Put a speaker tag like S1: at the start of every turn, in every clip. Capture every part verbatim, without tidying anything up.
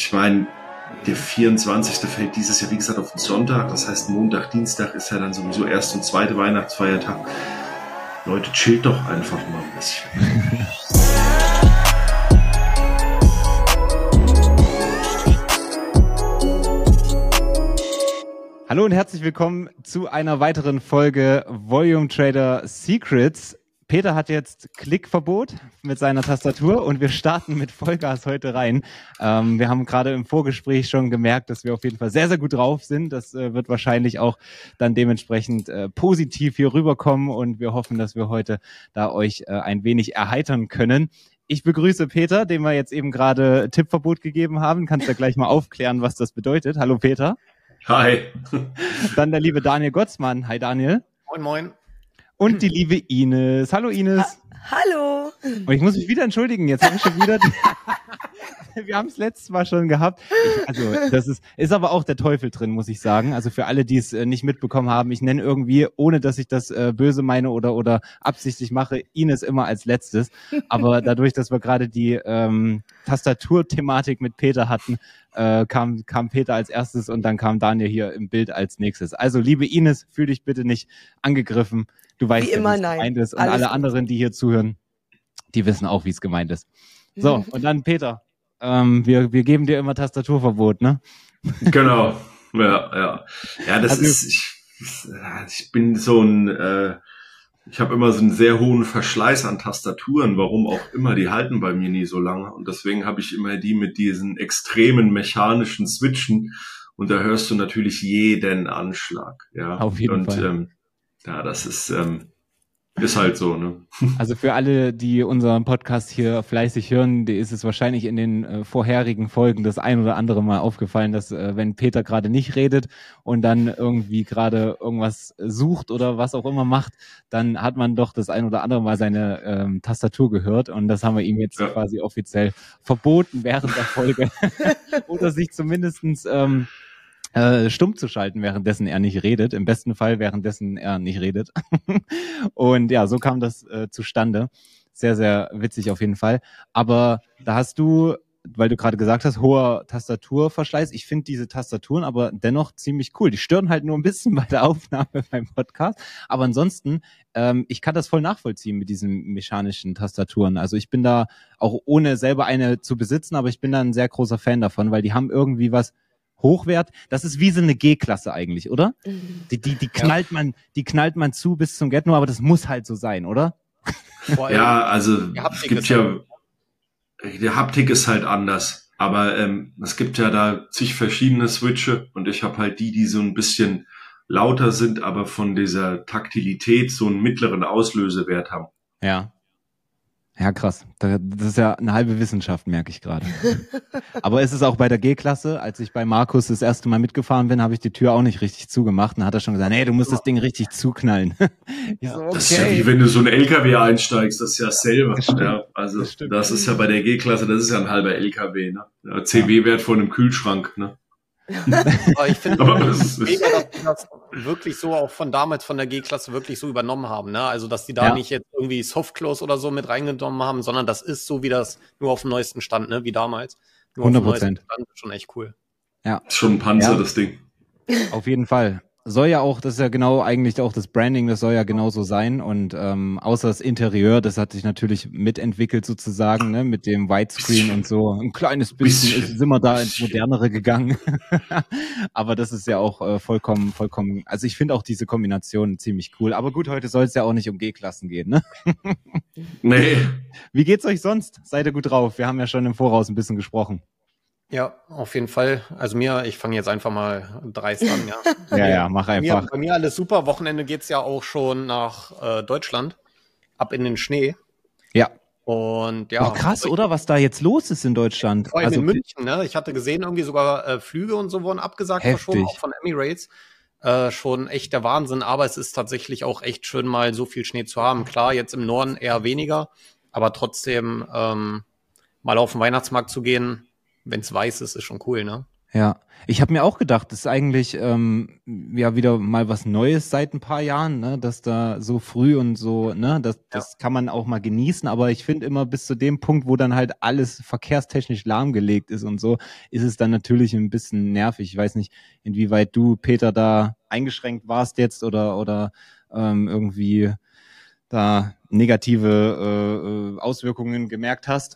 S1: ich meine, der vierundzwanzigste fällt dieses Jahr, wie gesagt, auf den Sonntag. Das heißt, Montag, Dienstag ist ja dann sowieso erst und zweite Weihnachtsfeiertag. Leute, chillt doch einfach mal ein bisschen.
S2: Hallo und herzlich willkommen zu einer weiteren Folge Volume Trader Secrets. Peter hat jetzt Klickverbot mit seiner Tastatur und wir starten mit Vollgas heute rein. Ähm, wir haben gerade im Vorgespräch schon gemerkt, dass wir auf jeden Fall sehr, sehr gut drauf sind. Das äh, wird wahrscheinlich auch dann dementsprechend äh, positiv hier rüberkommen und wir hoffen, dass wir heute da euch äh, ein wenig erheitern können. Ich begrüße Peter, dem wir jetzt eben gerade Tippverbot gegeben haben. Kannst du gleich mal aufklären, was das bedeutet? Hallo Peter.
S1: Hi.
S2: Dann der liebe Daniel Gottsmann. Hi Daniel.
S3: Moin, moin.
S2: Und die liebe Ines. Hallo Ines.
S4: Ha- Hallo.
S2: Und ich muss mich wieder entschuldigen. Jetzt habe ich schon wieder... Die Wir haben es letztes Mal schon gehabt. Ich, also das ist, ist aber auch der Teufel drin, muss ich sagen. Also für alle, die es äh, nicht mitbekommen haben, ich nenne irgendwie, ohne dass ich das äh, böse meine oder oder absichtlich mache, Ines immer als letztes. Aber dadurch, dass wir gerade die ähm, Tastaturthematik mit Peter hatten, äh, kam kam Peter als erstes und dann kam Daniel hier im Bild als nächstes. Also liebe Ines, fühl dich bitte nicht angegriffen. Du weißt,
S4: Wie immer,
S2: wie es
S4: nein.
S2: gemeint ist. Und
S4: Alles
S2: alle
S4: gut.
S2: anderen, die hier zuhören, die wissen auch, wie es gemeint ist. So, und dann Peter. Ähm, wir, wir geben dir immer Tastaturverbot, ne?
S1: Genau. Ja, ja. Ja, das
S2: Also-
S1: ist, ich, ich bin so ein, äh, ich habe immer so einen sehr hohen Verschleiß an Tastaturen, warum auch immer, die halten bei mir nie so lange. Und deswegen habe ich immer die mit diesen extremen mechanischen Switchen. Und da hörst du natürlich jeden Anschlag. Ja,
S2: Auf jeden
S1: und,
S2: Fall.
S1: Ähm, ja, das ist, ähm, ist halt so, ne?
S2: Also für alle, die unseren Podcast hier fleißig hören, die ist es wahrscheinlich in den äh, vorherigen Folgen das ein oder andere Mal aufgefallen, dass äh, wenn Peter gerade nicht redet und dann irgendwie gerade irgendwas sucht oder was auch immer macht, dann hat man doch das ein oder andere Mal seine ähm, Tastatur gehört und das haben wir ihm jetzt
S1: Ja.
S2: quasi offiziell verboten während der Folge oder sich zumindestens ähm, äh, stumm zu schalten, währenddessen er nicht redet. Im besten Fall, währenddessen er nicht redet. Und ja, so kam das äh, zustande. Sehr, sehr witzig auf jeden Fall. Aber da hast du, weil du gerade gesagt hast, hoher Tastaturverschleiß. Ich finde diese Tastaturen aber dennoch ziemlich cool. Die stören halt nur ein bisschen bei der Aufnahme beim Podcast. Aber ansonsten, ähm, ich kann das voll nachvollziehen mit diesen mechanischen Tastaturen. Also ich bin da auch ohne selber eine zu besitzen, aber ich bin da ein sehr großer Fan davon, weil die haben irgendwie was Hochwert. Das ist wie so eine G-Klasse eigentlich, oder? Die, die, die knallt man, die knallt man zu bis zum Get-No, aber das muss halt so sein, oder?
S3: Vor allem,
S1: Ja, also
S3: die
S1: es
S3: Haptik
S1: gibt
S3: ist
S1: ja, die Haptik ist halt anders, aber ähm, es gibt ja da zig verschiedene Switche und ich habe halt die, die so ein bisschen lauter sind, aber von dieser Taktilität so einen mittleren Auslösewert haben.
S2: Ja. Ja, krass. Da- Das ist ja eine halbe Wissenschaft, merke ich gerade. Aber es ist auch bei der G-Klasse, als ich bei Markus das erste Mal mitgefahren bin, habe ich die Tür auch nicht richtig zugemacht. Und hat er schon gesagt, nee, du musst das Ding richtig zuknallen. Ich so,
S1: Das ist ja wie wenn du so ein L K W einsteigst, das ist ja dasselbe.
S2: Das stimmt.
S1: Ja, also
S2: Das
S1: das,
S2: stimmt.
S1: ist ja bei der G-Klasse, das ist ja ein halber L K W, ne? Ja, C W-Wert von einem Kühlschrank, ne?
S3: aber ich finde
S1: Aber das ist-
S3: mega, dass die das wirklich so auch von damals von der G-Klasse wirklich so übernommen haben. Ne? Also, dass die da
S2: Ja.
S3: nicht jetzt irgendwie Softclose oder so mit reingenommen haben, sondern das ist so wie das nur auf dem neuesten Stand, ne? Wie damals. Nur
S2: hundert
S3: auf dem neuesten
S2: Prozent.
S3: Stand ist schon echt cool.
S2: Ja,
S1: Ist schon ein Panzer,
S2: Ja.
S1: das Ding.
S2: auf jeden Fall. Soll ja auch, das ist ja genau eigentlich auch das Branding, das soll ja genauso sein. Und ähm, außer das Interieur, das hat sich natürlich mitentwickelt sozusagen, ne, mit dem Widescreen und so. Ein kleines bisschen,
S1: Bisschen.
S2: ist, sind wir da ins
S1: Bisschen.
S2: Modernere gegangen. Aber das ist ja auch äh, vollkommen, vollkommen, also ich finde auch diese Kombination ziemlich cool. Aber gut, heute soll es ja auch nicht um G-Klassen gehen, ne?
S1: Nee.
S2: Wie geht's euch sonst? Seid ihr gut drauf? Wir haben ja schon im Voraus ein bisschen gesprochen.
S3: Ja, auf jeden Fall. Also mir, ich fange jetzt einfach mal dreist an, ja.
S2: Ja, ja, mach
S3: Bei mir,
S2: einfach.
S3: bei mir alles super. Wochenende geht's ja auch schon nach äh, Deutschland. Ab in den Schnee.
S2: Ja.
S3: Und ja.
S2: Boah, krass, oder? Was da jetzt los ist in Deutschland.
S3: Vor allem
S2: Also
S3: in München, ne? Ich hatte gesehen, irgendwie sogar äh, Flüge und so wurden abgesagt, verschoben,
S2: Heftig.
S3: auch von Emirates. Äh, schon echt der Wahnsinn, aber es ist tatsächlich auch echt schön, mal so viel Schnee zu haben. Klar, jetzt im Norden eher weniger, aber trotzdem ähm, mal auf den Weihnachtsmarkt zu gehen, wenn es weiß ist, ist schon cool, ne?
S2: Ja, ich habe mir auch gedacht, das ist eigentlich ähm, ja wieder mal was Neues seit ein paar Jahren, ne, dass da so früh und so, ne, das, das kann man auch mal genießen, aber ich finde immer bis zu dem Punkt, wo dann halt alles verkehrstechnisch lahmgelegt ist und so, ist es dann natürlich ein bisschen nervig. Ich weiß nicht, inwieweit du, Peter, da eingeschränkt warst jetzt oder oder ähm, irgendwie da negative äh, äh, Auswirkungen gemerkt hast.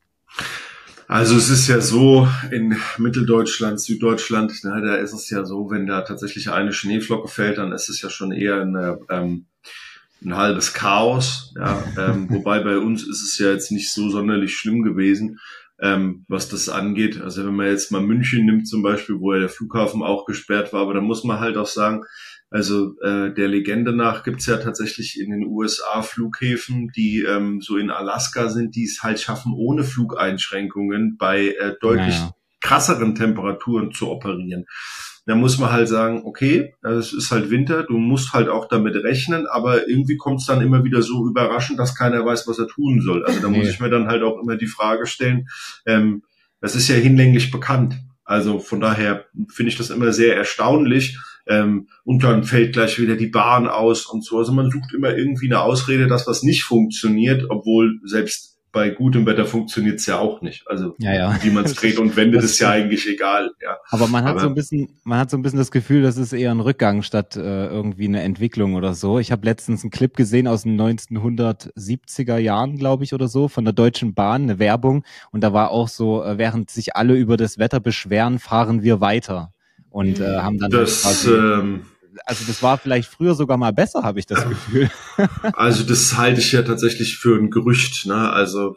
S1: Also es ist ja so, in Mitteldeutschland, Süddeutschland, na, da ist es ja so, wenn da tatsächlich eine Schneeflocke fällt, dann ist es ja schon eher eine, ähm, ein halbes Chaos. Ja, ähm, wobei bei uns ist es ja jetzt nicht so sonderlich schlimm gewesen, ähm, was das angeht. Also wenn man jetzt mal München nimmt zum Beispiel, wo ja der Flughafen auch gesperrt war, aber da muss man halt auch sagen, also äh, der Legende nach gibt's ja tatsächlich in den U S A Flughäfen, die ähm, so in Alaska sind, die es halt schaffen, ohne Flugeinschränkungen bei äh, deutlich
S2: Naja.
S1: krasseren Temperaturen zu operieren. Da muss man halt sagen, okay, es ist halt Winter, du musst halt auch damit rechnen, aber irgendwie kommt's dann immer wieder so überraschend, dass keiner weiß, was er tun soll. Also da muss
S2: Nee.
S1: ich mir dann halt auch immer die Frage stellen, ähm, das ist ja hinlänglich bekannt. Also von daher finde ich das immer sehr erstaunlich. Ähm, und dann fällt gleich wieder die Bahn aus und so. Also man sucht immer irgendwie eine Ausrede, dass was nicht funktioniert, obwohl selbst bei gutem Wetter funktioniert es ja auch nicht. Also
S2: Ja, ja.
S1: wie man es dreht und wendet,
S2: Das
S1: ist ja eigentlich egal. Ja.
S2: Aber man hat
S1: Aber-
S2: so ein bisschen, man hat so ein bisschen das Gefühl, das ist eher ein Rückgang statt äh, irgendwie eine Entwicklung oder so. Ich habe letztens einen Clip gesehen aus den neunzehnhundertsiebziger Jahren, glaube ich, oder so, von der Deutschen Bahn, eine Werbung. Und da war auch so, äh, während sich alle über das Wetter beschweren, fahren wir weiter. Und äh, haben dann halt
S1: Das,
S2: quasi,
S1: ähm,
S2: also das war vielleicht früher sogar mal besser, habe ich das Gefühl.
S1: also das halte ich ja tatsächlich für ein Gerücht, ne? Also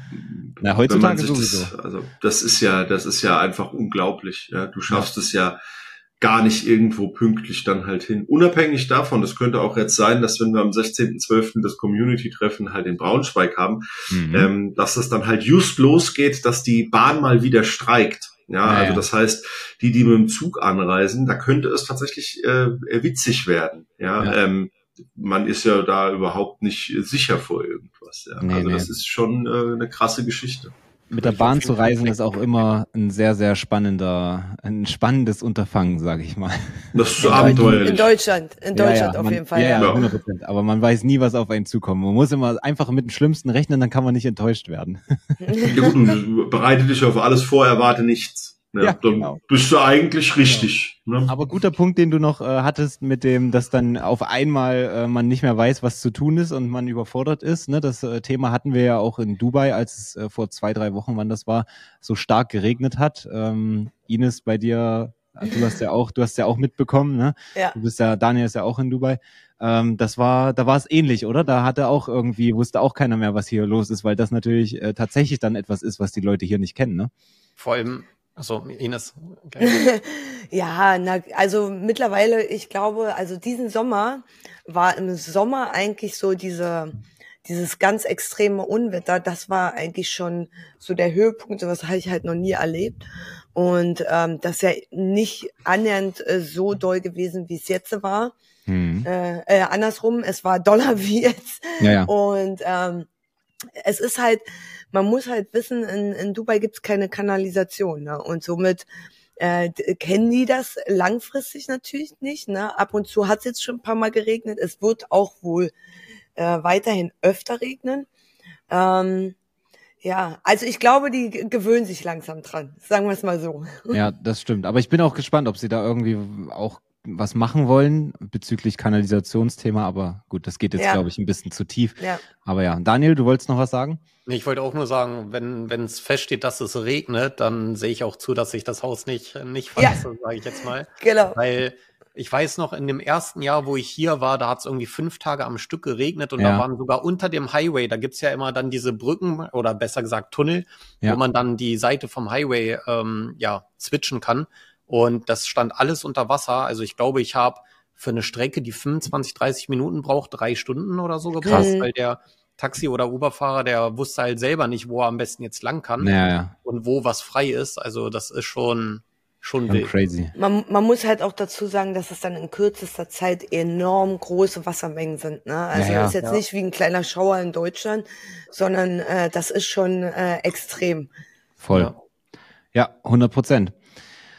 S2: Na, heutzutage
S1: wenn man sich
S2: sowieso.
S1: Das, also das ist ja, das ist ja einfach unglaublich. Ja, du schaffst es ja gar nicht irgendwo pünktlich dann halt hin. Unabhängig davon, das könnte auch jetzt sein, dass wenn wir am sechzehnten zwölften das Community-Treffen halt in Braunschweig haben,
S2: Mhm.
S1: ähm, dass es dann halt just losgeht, dass die Bahn mal wieder streikt. Ja,
S2: Ja,
S1: also
S2: ja.
S1: das heißt, die, die mit dem Zug anreisen, da könnte es tatsächlich äh, witzig werden. Ja,
S2: Ja.
S1: Ähm, man ist ja da überhaupt nicht sicher vor irgendwas. Ja.
S2: Nee,
S1: also
S2: nee.
S1: das ist schon äh, eine krasse Geschichte.
S2: Mit der
S3: Ich auf
S2: Bahn
S3: jeden
S2: zu
S3: Fall
S2: reisen ist auch
S3: denken.
S2: immer ein sehr, sehr spannender, ein spannendes Unterfangen, sage ich mal.
S1: Das ist
S4: In, Deu
S1: abenteuerlich.
S4: in Deutschland, in Deutschland auf
S2: man,
S4: jeden Fall,
S2: ja.
S4: ja.
S2: Ja, hundert Prozent. Aber man weiß nie, was auf einen zukommt. Man muss immer einfach mit dem Schlimmsten rechnen, dann kann man nicht enttäuscht werden.
S1: Ja, gut, du bereite dich auf alles vor, erwarte nichts. Ja,
S2: Ja,
S1: dann
S2: genau.
S1: bist du eigentlich richtig. Ne?
S2: Aber guter Punkt, den du noch äh, hattest mit dem, dass dann auf einmal äh, man nicht mehr weiß, was zu tun ist und man überfordert ist. Ne? Das äh, Thema hatten wir ja auch in Dubai, als es äh, vor zwei, drei Wochen, wann das war, so stark geregnet hat. Ähm, Ines, bei dir, du hast ja auch, du hast ja auch mitbekommen, ne?
S4: Ja.
S2: Du bist ja, Daniel ist ja auch in Dubai. Ähm, das war, da war es ähnlich, oder? Da hatte auch irgendwie, wusste auch keiner mehr, was hier los ist, weil das natürlich äh, tatsächlich dann etwas ist, was die Leute hier nicht kennen, ne?
S3: Vor allem, also Ines, okay.
S4: Ja, na, also mittlerweile, ich glaube, also diesen Sommer war im Sommer eigentlich so diese, dieses ganz extreme Unwetter, das war eigentlich schon so der Höhepunkt, sowas habe ich halt noch nie erlebt. Und ähm, das ist ja nicht annähernd äh, so doll gewesen, wie es jetzt war.
S2: Hm.
S4: Äh, äh, andersrum, es war doller wie jetzt.
S2: Ja, ja.
S4: Und ähm, es ist halt, man muss halt wissen, in, in Dubai gibt's keine Kanalisation, ne? Und somit äh, d- kennen die das langfristig natürlich nicht, ne? Ab und zu hat's jetzt schon ein paar Mal geregnet. Es wird auch wohl äh, weiterhin öfter regnen. Ähm, ja, also ich glaube, die g- gewöhnen sich langsam dran, sagen wir es mal so.
S2: Ja, das stimmt. Aber ich bin auch gespannt, ob sie da irgendwie auch was machen wollen bezüglich Kanalisationsthema. Aber gut, das geht jetzt,
S4: Ja.
S2: glaube ich, ein bisschen zu tief.
S4: Ja.
S2: Aber ja, Daniel, du wolltest noch was sagen?
S3: Nee, ich wollte auch nur sagen, wenn wenn es feststeht, dass es regnet, dann sehe ich auch zu, dass ich das Haus nicht nicht
S4: Ja.
S3: verlasse, sage ich jetzt mal.
S4: Genau.
S3: Weil ich weiß noch, in dem ersten Jahr, wo ich hier war, da hat es irgendwie fünf Tage am Stück geregnet und
S2: Ja.
S3: da waren sogar unter dem Highway, da gibt's ja immer dann diese Brücken oder besser gesagt Tunnel,
S2: Ja.
S3: wo man dann die Seite vom Highway ähm, ja switchen kann. Und das stand alles unter Wasser. Also ich glaube, ich habe für eine Strecke, die fünfundzwanzig, dreißig Minuten braucht, drei Stunden oder so gebraucht,
S4: Krass.
S3: weil der Taxi- oder Uberfahrer, der wusste halt selber nicht, wo er am besten jetzt lang kann
S2: Ja, ja,
S3: und wo was frei ist. Also das ist schon, schon
S2: schon
S3: wild.
S2: crazy.
S4: Man, man muss halt auch dazu sagen, dass es dann in kürzester Zeit enorm große Wassermengen sind. Ne? Also
S2: Ja, ja.
S4: ist jetzt
S3: Ja.
S4: nicht wie ein kleiner Schauer in Deutschland, sondern äh, das ist schon äh, extrem.
S2: Voll.
S3: Ja.
S2: Ja, hundert Prozent.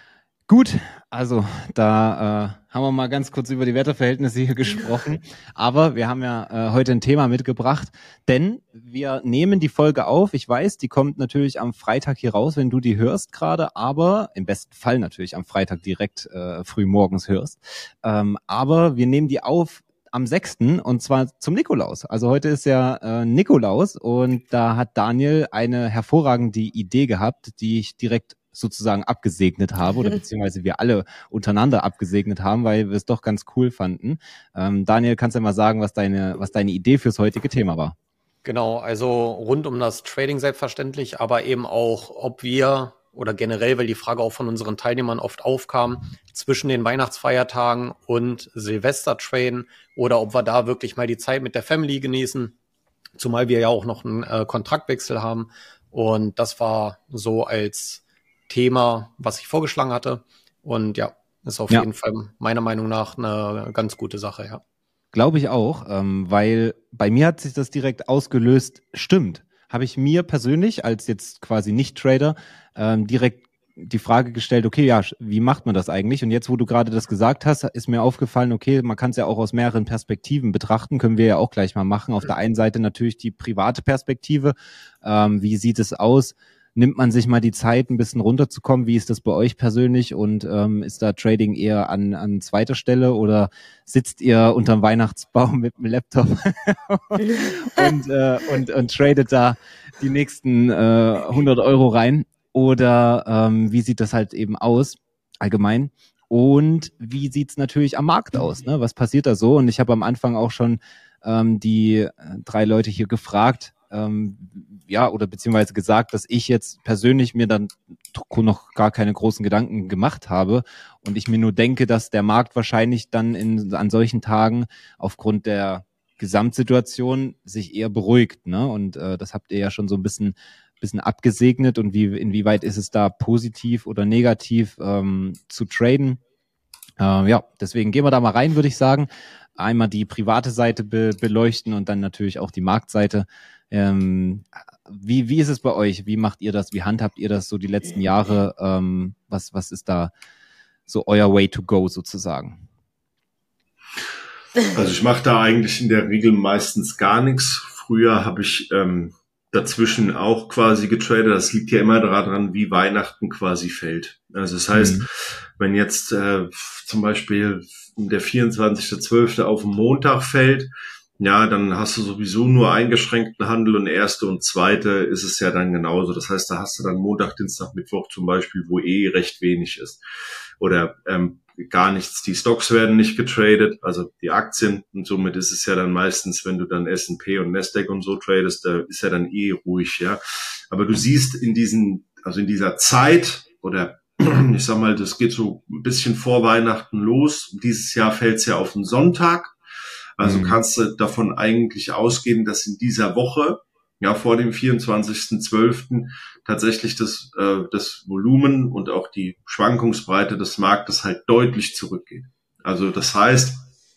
S2: Gut, also da äh, haben wir mal ganz kurz über die Wetterverhältnisse hier gesprochen, aber wir haben ja äh, heute ein Thema mitgebracht, denn wir nehmen die Folge auf. Ich weiß, die kommt natürlich am Freitag hier raus, wenn du die hörst gerade, aber im besten Fall natürlich am Freitag direkt äh, früh morgens hörst. Ähm, aber wir nehmen die auf am sechsten und zwar zum Nikolaus. Also heute ist ja äh, Nikolaus und da hat Daniel eine hervorragende Idee gehabt, die ich direkt sozusagen abgesegnet habe oder beziehungsweise wir alle untereinander abgesegnet haben, weil wir es doch ganz cool fanden. Ähm, Daniel, kannst du ja mal sagen, was deine, was deine Idee fürs heutige Thema war?
S3: Genau, also rund um das Trading selbstverständlich, aber eben auch, ob wir oder generell, weil die Frage auch von unseren Teilnehmern oft aufkam, zwischen den Weihnachtsfeiertagen und Silvester traden oder ob wir da wirklich mal die Zeit mit der Family genießen, zumal wir ja auch noch einen äh, Kontraktwechsel haben. Und das war so als Thema, was ich vorgeschlagen hatte. Und ja, ist auf ja. jeden Fall meiner Meinung nach eine ganz gute Sache, ja.
S2: Glaube ich auch, ähm, weil bei mir hat sich das direkt ausgelöst. Stimmt, habe ich mir persönlich als jetzt quasi Nicht-Trader ähm, direkt die Frage gestellt, okay, ja, wie macht man das eigentlich? Und jetzt, wo du gerade das gesagt hast, ist mir aufgefallen, okay, man kann es ja auch aus mehreren Perspektiven betrachten, können wir ja auch gleich mal machen. Auf der einen Seite natürlich die private Perspektive. Ähm, wie sieht es aus? Nimmt man sich mal die Zeit, ein bisschen runterzukommen? Wie ist das bei euch persönlich? Und ähm, ist da Trading eher an, an zweiter Stelle oder sitzt ihr unterm Weihnachtsbaum mit dem Laptop und, äh, und, und tradet da die nächsten äh, hundert Euro rein? Oder ähm, wie sieht das halt eben aus, allgemein? Und wie sieht's natürlich am Markt aus? Ne? Was passiert da so? Und ich habe am Anfang auch schon ähm, die äh, drei Leute hier gefragt, ähm, ja, oder beziehungsweise gesagt, dass ich jetzt persönlich mir dann noch gar keine großen Gedanken gemacht habe und ich mir nur denke, dass der Markt wahrscheinlich dann in, an solchen Tagen aufgrund der Gesamtsituation sich eher beruhigt, ne? Und äh, das habt ihr ja schon so ein bisschen bisschen abgesegnet und wie inwieweit ist es da positiv oder negativ ähm, zu traden? Äh, ja, deswegen gehen wir da mal rein, würde ich sagen. Einmal die private Seite be- beleuchten und dann natürlich auch die Marktseite. Ähm, wie, wie ist es bei euch? Wie macht ihr das? Wie handhabt ihr das so die letzten Jahre? Ähm, was, was ist da so euer Way to go sozusagen?
S1: Also ich mache da eigentlich in der Regel meistens gar nichts. Früher habe ich ähm, dazwischen auch quasi getradet. Das liegt ja immer daran, wie Weihnachten quasi fällt. Also das heißt, mhm. wenn jetzt äh, zum Beispiel der vierundzwanzigster zwölfte auf den Montag fällt, ja, dann hast du sowieso nur eingeschränkten Handel und erste und zweite ist es ja dann genauso. Das heißt, da hast du dann Montag, Dienstag, Mittwoch zum Beispiel, wo eh recht wenig ist. Oder ähm, gar nichts. Die Stocks werden nicht getradet, also die Aktien. Und somit ist es ja dann meistens, wenn du dann S und P und Nasdaq und so tradest, da ist ja dann eh ruhig, ja. Aber du siehst in diesen, also in dieser Zeit oder ich sag mal, das geht so ein bisschen vor Weihnachten los. Dieses Jahr fällt es ja auf den Sonntag. Also mhm. kannst du davon eigentlich ausgehen, dass in dieser Woche, ja vor dem vierundzwanzigsten zwölften tatsächlich das, äh, das Volumen und auch die Schwankungsbreite des Marktes halt deutlich zurückgeht. Also das heißt,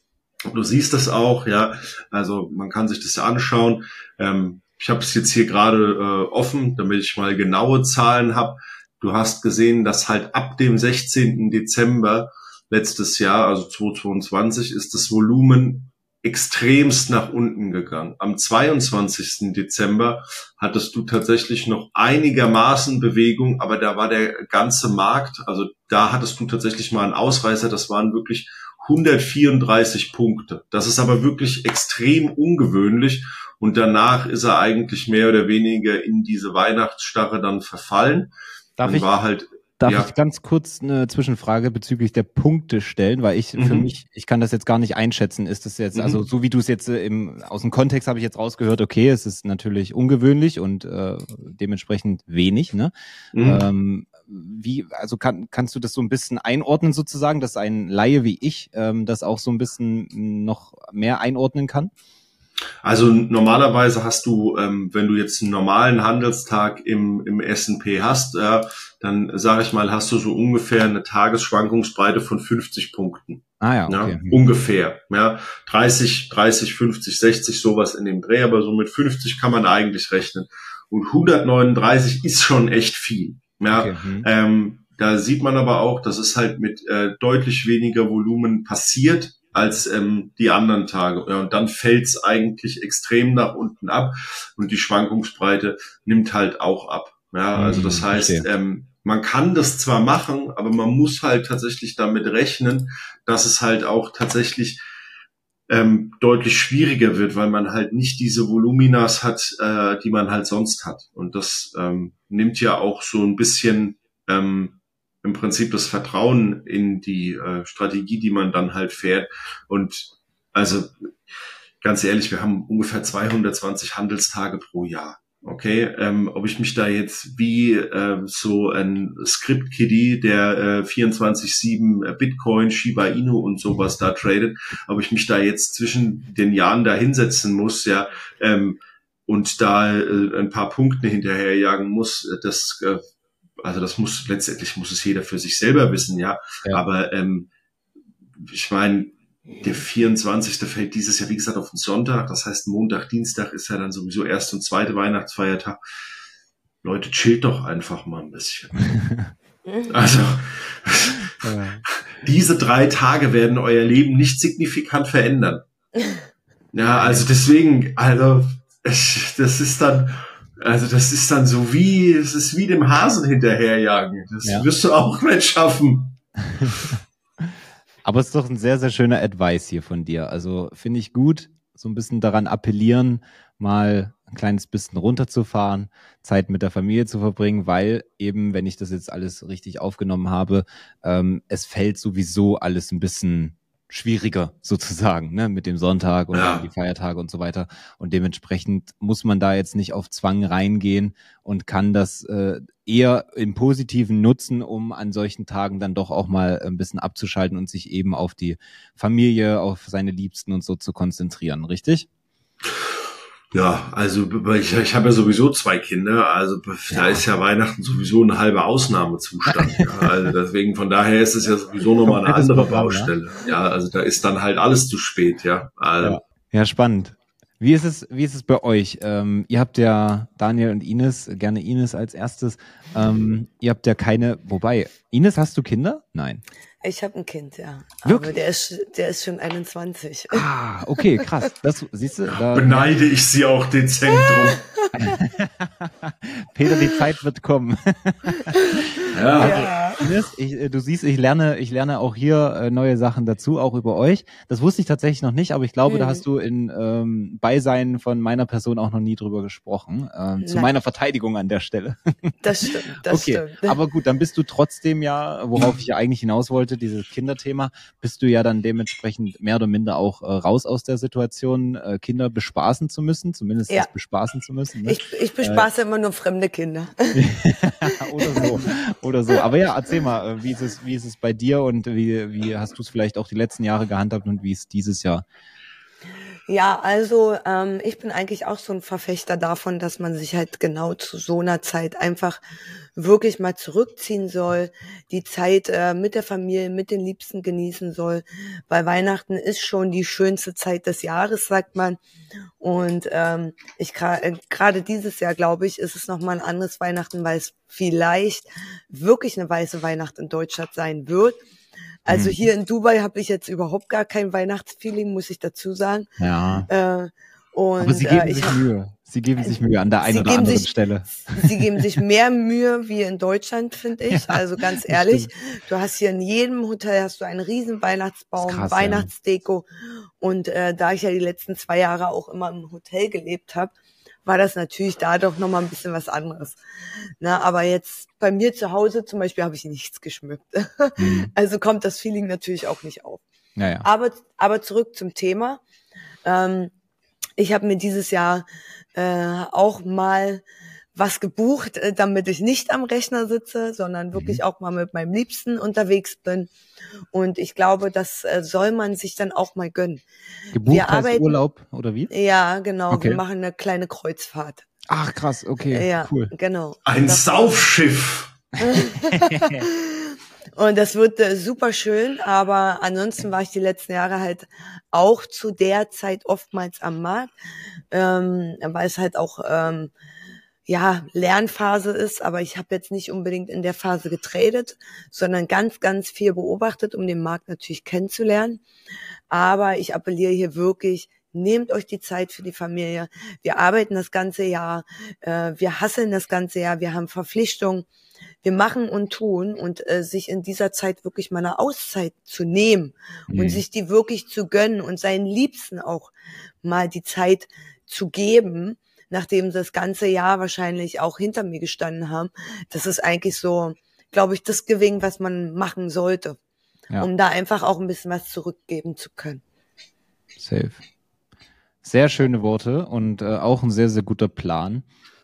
S1: du siehst das auch, ja, also man kann sich das anschauen. Ähm, ich habe es jetzt hier gerade äh, offen, damit ich mal genaue Zahlen habe. Du hast gesehen, dass halt ab dem sechzehnten Dezember letztes Jahr, also zweitausendzweiundzwanzig, ist das Volumen extremst nach unten gegangen. Am zweiundzwanzigsten Dezember hattest du tatsächlich noch einigermaßen Bewegung, aber da war der ganze Markt, also da hattest du tatsächlich mal einen Ausreißer, das waren wirklich hundertvierunddreißig Punkte. Das ist aber wirklich extrem ungewöhnlich und danach ist er eigentlich mehr oder weniger in diese Weihnachtsstarre dann verfallen.
S2: Darf
S1: Man
S2: ich,
S1: war halt
S2: darf
S1: ja.
S2: ich ganz kurz eine Zwischenfrage bezüglich der Punkte stellen, weil ich mhm. für mich, ich kann das jetzt gar nicht einschätzen, ist das jetzt, mhm. also so wie du es jetzt äh, im, aus dem Kontext habe ich jetzt rausgehört, okay, es ist natürlich ungewöhnlich und äh, dementsprechend wenig, ne? Mhm. Ähm, wie, also kann, kannst du das so ein bisschen einordnen sozusagen, dass ein Laie wie ich ähm, das auch so ein bisschen noch mehr einordnen kann?
S1: Also normalerweise hast du, ähm, wenn du jetzt einen normalen Handelstag im, im S und P hast, äh, dann sage ich mal, hast du so ungefähr eine Tagesschwankungsbreite von fünfzig Punkten.
S2: Ah ja, okay.
S1: Ja, ungefähr. Ja, dreißig, dreißig, fünfzig, sechzig, sowas in dem Dreh, aber so mit fünfzig kann man eigentlich rechnen. Und hundertneununddreißig ist schon echt viel. Ja, okay. ähm, da sieht man aber auch, dass es halt mit äh, deutlich weniger Volumen passiert als ähm, die anderen Tage. Ja, und dann fällt es eigentlich extrem nach unten ab und die Schwankungsbreite nimmt halt auch ab. Ja, also das
S2: Mhm,
S1: heißt,
S2: verstehe.
S1: ähm, man kann das zwar machen, aber man muss halt tatsächlich damit rechnen, dass es halt auch tatsächlich ähm, deutlich schwieriger wird, weil man halt nicht diese Voluminas hat, äh, die man halt sonst hat. Und das ähm, nimmt ja auch so ein bisschen ähm, im Prinzip das Vertrauen in die äh, Strategie, die man dann halt fährt. Und also ganz ehrlich, wir haben ungefähr zweihundertzwanzig Handelstage pro Jahr. Okay, ähm, ob ich mich da jetzt wie äh, so ein Script-Kiddie, der äh, vierundzwanzig sieben Bitcoin, Shiba Inu und sowas da tradet, ob ich mich da jetzt zwischen den Jahren da hinsetzen muss, ja, ähm, und da äh, ein paar Punkte hinterherjagen muss, das, äh, also das muss, letztendlich muss es jeder für sich selber wissen, ja,
S2: Ja.
S1: aber ähm, ich meine, der vierundzwanzigste fällt dieses Jahr, wie gesagt, auf den Sonntag. Das heißt, Montag, Dienstag ist ja dann sowieso erste und zweite Weihnachtsfeiertag. Leute, chillt doch einfach mal ein bisschen. Also,
S2: Ja.
S1: diese drei Tage werden euer Leben nicht signifikant verändern. Ja, also deswegen, also, ich, das ist dann, also das ist dann so wie, es ist wie dem Hasen hinterherjagen. Das
S2: Ja.
S1: wirst du auch nicht schaffen.
S2: Aber es ist doch ein sehr, sehr schöner Advice hier von dir. Also finde ich gut, so ein bisschen daran appellieren, mal ein kleines bisschen runterzufahren, Zeit mit der Familie zu verbringen, weil eben, wenn ich das jetzt alles richtig aufgenommen habe, ähm, es fällt sowieso alles ein bisschen schwieriger sozusagen, ne, mit dem Sonntag und
S1: Ja.
S2: dann die Feiertage und so weiter. Und dementsprechend muss man da jetzt nicht auf Zwang reingehen und kann das äh, eher im Positiven nutzen, um an solchen Tagen dann doch auch mal ein bisschen abzuschalten und sich eben auf die Familie, auf seine Liebsten und so zu konzentrieren, richtig?
S1: Ja, also ich, ich habe ja sowieso zwei Kinder, also da
S2: Ja.
S1: ist ja Weihnachten sowieso ein halber Ausnahmezustand. Ja, also deswegen, von daher ist es ja sowieso nochmal eine
S2: Komplettes
S1: andere
S2: Programm,
S1: Baustelle. Ja, also da ist dann halt alles zu spät, ja. Also,
S2: Ja. Ja, spannend. Wie ist es, wie ist es bei euch? Ähm, ihr habt ja Daniel und Ines, gerne Ines als erstes. Ähm, ihr habt ja keine, wobei, Ines, hast du Kinder? Nein.
S4: Ich habe ein Kind, ja.
S2: Wirklich?
S4: Aber der ist, der ist schon einundzwanzig.
S2: Ah, okay, krass. Das, siehst du, da,
S1: beneide ich sie auch dezent drum.
S2: Peter, die Zeit wird kommen.
S1: Ja.
S4: Ja.
S2: Ines, ich, äh, du siehst, ich lerne, ich lerne auch hier äh, neue Sachen dazu, auch über euch. Das wusste ich tatsächlich noch nicht, aber ich glaube,
S4: Mhm.
S2: da hast du in ähm, Beisein von meiner Person auch noch nie drüber gesprochen. Ähm, zu
S4: Nein.
S2: meiner Verteidigung an der Stelle.
S4: Das stimmt, das
S2: Okay,
S4: stimmt.
S2: aber gut, dann bist du trotzdem ja, worauf ich ja eigentlich hinaus wollte, dieses Kinderthema, bist du ja dann dementsprechend mehr oder minder auch äh, raus aus der Situation, äh, Kinder bespaßen zu müssen, zumindest
S4: Ja.
S2: bespaßen zu müssen. Ne?
S4: Ich, ich bespaße immer nur fremde Kinder.
S2: Oder so, oder so. Aber ja, erzähl mal, äh, wie ist es, wie ist es bei dir und wie, wie hast du es vielleicht auch die letzten Jahre gehandhabt und wie ist dieses Jahr?
S4: Ja, also ähm, ich bin eigentlich auch so ein Verfechter davon, dass man sich halt genau zu so einer Zeit einfach wirklich mal zurückziehen soll, die Zeit äh, mit der Familie, mit den Liebsten genießen soll, weil Weihnachten ist schon die schönste Zeit des Jahres, sagt man. Und ähm, ich gerade äh, dieses Jahr, glaube ich, ist es nochmal ein anderes Weihnachten, weil es vielleicht wirklich eine weiße Weihnacht in Deutschland sein wird. Also
S2: Mhm.
S4: hier in Dubai habe ich jetzt überhaupt gar kein Weihnachtsfeeling, muss ich dazu sagen.
S2: Ja.
S4: Äh, und
S2: Aber sie geben
S4: äh, ich
S2: sich
S4: hab,
S2: Mühe. Sie geben sich Mühe an der einen
S4: sie
S2: oder
S4: geben
S2: anderen
S4: sich,
S2: Stelle.
S4: sie geben sich mehr Mühe wie in Deutschland, finde ich.
S2: Ja,
S4: Also ganz
S2: das
S4: ehrlich,
S2: stimmt.
S4: du hast hier in jedem Hotel hast du einen riesen
S2: Das
S4: Weihnachtsbaum,
S2: ist krass, ja.
S4: Weihnachtsdeko. Und äh, da ich ja die letzten zwei Jahre auch immer im Hotel gelebt habe, war das natürlich da doch nochmal ein bisschen was anderes. Na, aber jetzt bei mir zu Hause zum Beispiel habe ich nichts geschmückt.
S2: Mhm.
S4: Also kommt das Feeling natürlich auch nicht auf.
S2: Naja.
S4: Aber, aber zurück zum Thema. Ähm, ich habe mir dieses Jahr äh, auch mal was gebucht, äh, damit ich nicht am Rechner sitze, sondern wirklich
S2: Mhm.
S4: auch mal mit meinem Liebsten unterwegs bin. Und ich glaube, das äh, soll man sich dann auch mal gönnen.
S2: Gebucht
S4: Wir
S2: heißt
S4: arbeiten,
S2: Urlaub oder wie?
S4: ja, genau, wir
S2: Okay.
S4: machen eine kleine Kreuzfahrt.
S2: Ach krass, okay,
S4: Ja,
S2: cool.
S4: genau.
S1: Ein
S4: Das-
S1: Saufschiff.
S4: Und das wird äh, super schön, aber ansonsten war ich die letzten Jahre halt auch zu der Zeit oftmals am Markt, ähm, weil es halt auch ähm, ja, Lernphase ist, aber ich habe jetzt nicht unbedingt in der Phase getradet, sondern ganz, ganz viel beobachtet, um den Markt natürlich kennenzulernen. Aber ich appelliere hier wirklich, nehmt euch die Zeit für die Familie. Wir arbeiten das ganze Jahr, äh, wir hasseln das ganze Jahr, wir haben Verpflichtungen, wir machen und tun und äh, sich in dieser Zeit wirklich mal eine Auszeit zu nehmen mhm. und sich die wirklich zu gönnen und seinen Liebsten auch mal die Zeit zu geben, nachdem sie das ganze Jahr wahrscheinlich auch hinter mir gestanden haben. Das ist eigentlich so, glaube ich, das Gewinn, was man machen sollte, ja. um da einfach auch ein bisschen was zurückgeben zu können.
S2: Safe. Sehr schöne Worte und äh, auch ein sehr, sehr guter Plan.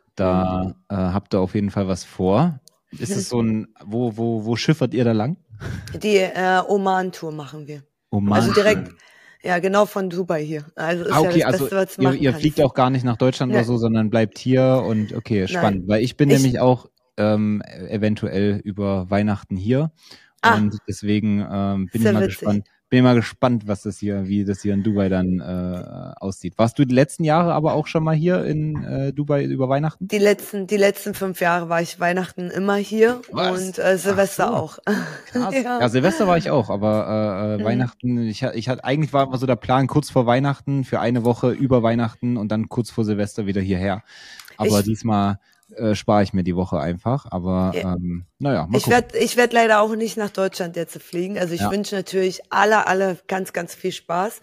S2: Da mhm. äh, habt ihr auf jeden Fall was vor. Ist es so ein, wo, wo, wo schiffert ihr da lang?
S4: Die äh, Oman-Tour machen wir.
S2: Oman.
S4: Also direkt, ja, genau von Dubai hier. Also ist
S2: ah, okay,
S4: ja das
S2: also
S4: Beste, was du
S2: ihr,
S4: machen
S2: ihr
S4: kannst.
S2: fliegt auch gar nicht nach Deutschland
S4: Nein.
S2: oder so, sondern bleibt hier und okay, spannend. Nein. Weil ich bin ich, nämlich auch ähm, eventuell über Weihnachten hier ah. und deswegen ähm, bin Sehr ich mal witzig. gespannt. Bin mal gespannt, was das hier, wie das hier in Dubai dann äh, aussieht. Warst du die letzten Jahre aber auch schon mal hier in äh, Dubai über Weihnachten?
S4: Die letzten, die letzten fünf Jahre war ich Weihnachten immer hier was? und äh, Silvester so. auch.
S2: Krass. ja. ja, Silvester war ich auch, aber äh, mhm. Weihnachten, ich, ich hatte eigentlich war immer so der Plan kurz vor Weihnachten für eine Woche über Weihnachten und dann kurz vor Silvester wieder hierher. Aber ich, diesmal äh, spare ich mir die Woche einfach. Aber ja. ähm, naja, mal
S4: ich werde ich werd leider auch nicht nach Deutschland jetzt fliegen. Also ich ja. wünsche natürlich alle, alle ganz, ganz viel Spaß.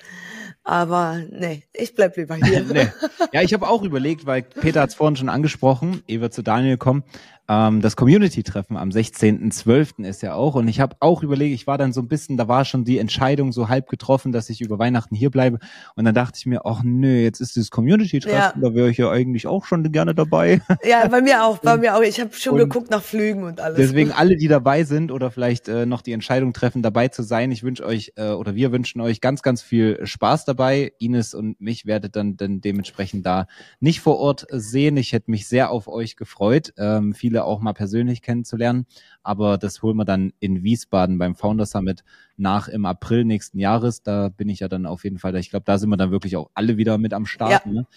S4: Aber nee, ich bleib lieber hier.
S2: nee. Ja, ich habe auch überlegt, weil Peter hat es vorhin schon angesprochen, ehe wir zu Daniel kommen, ähm, das Community-Treffen am sechzehnten zwölften ist ja auch. Und ich habe auch überlegt, ich war dann so ein bisschen, da war schon die Entscheidung so halb getroffen, dass ich über Weihnachten hier bleibe. Und dann dachte ich mir, ach nö, jetzt ist das Community-Treffen, ja. da wäre ich ja eigentlich auch schon gerne dabei.
S4: Ja, bei mir auch, bei mir auch. Ich habe schon und geguckt nach Flügen und alles.
S2: Deswegen alle, die dabei sind oder vielleicht äh, noch die Entscheidung treffen, dabei zu sein, ich wünsche euch äh, oder wir wünschen euch ganz, ganz viel Spaß dabei. Ines und mich werdet dann, dann dementsprechend da nicht vor Ort sehen. Ich hätte mich sehr auf euch gefreut, ähm, viele auch mal persönlich kennenzulernen, aber das holen wir dann in Wiesbaden beim Founder Summit nach im April nächsten Jahres. Da bin ich ja dann auf jeden Fall da. Ich glaube, da sind wir dann wirklich auch alle wieder mit am Start. Ja. Ne?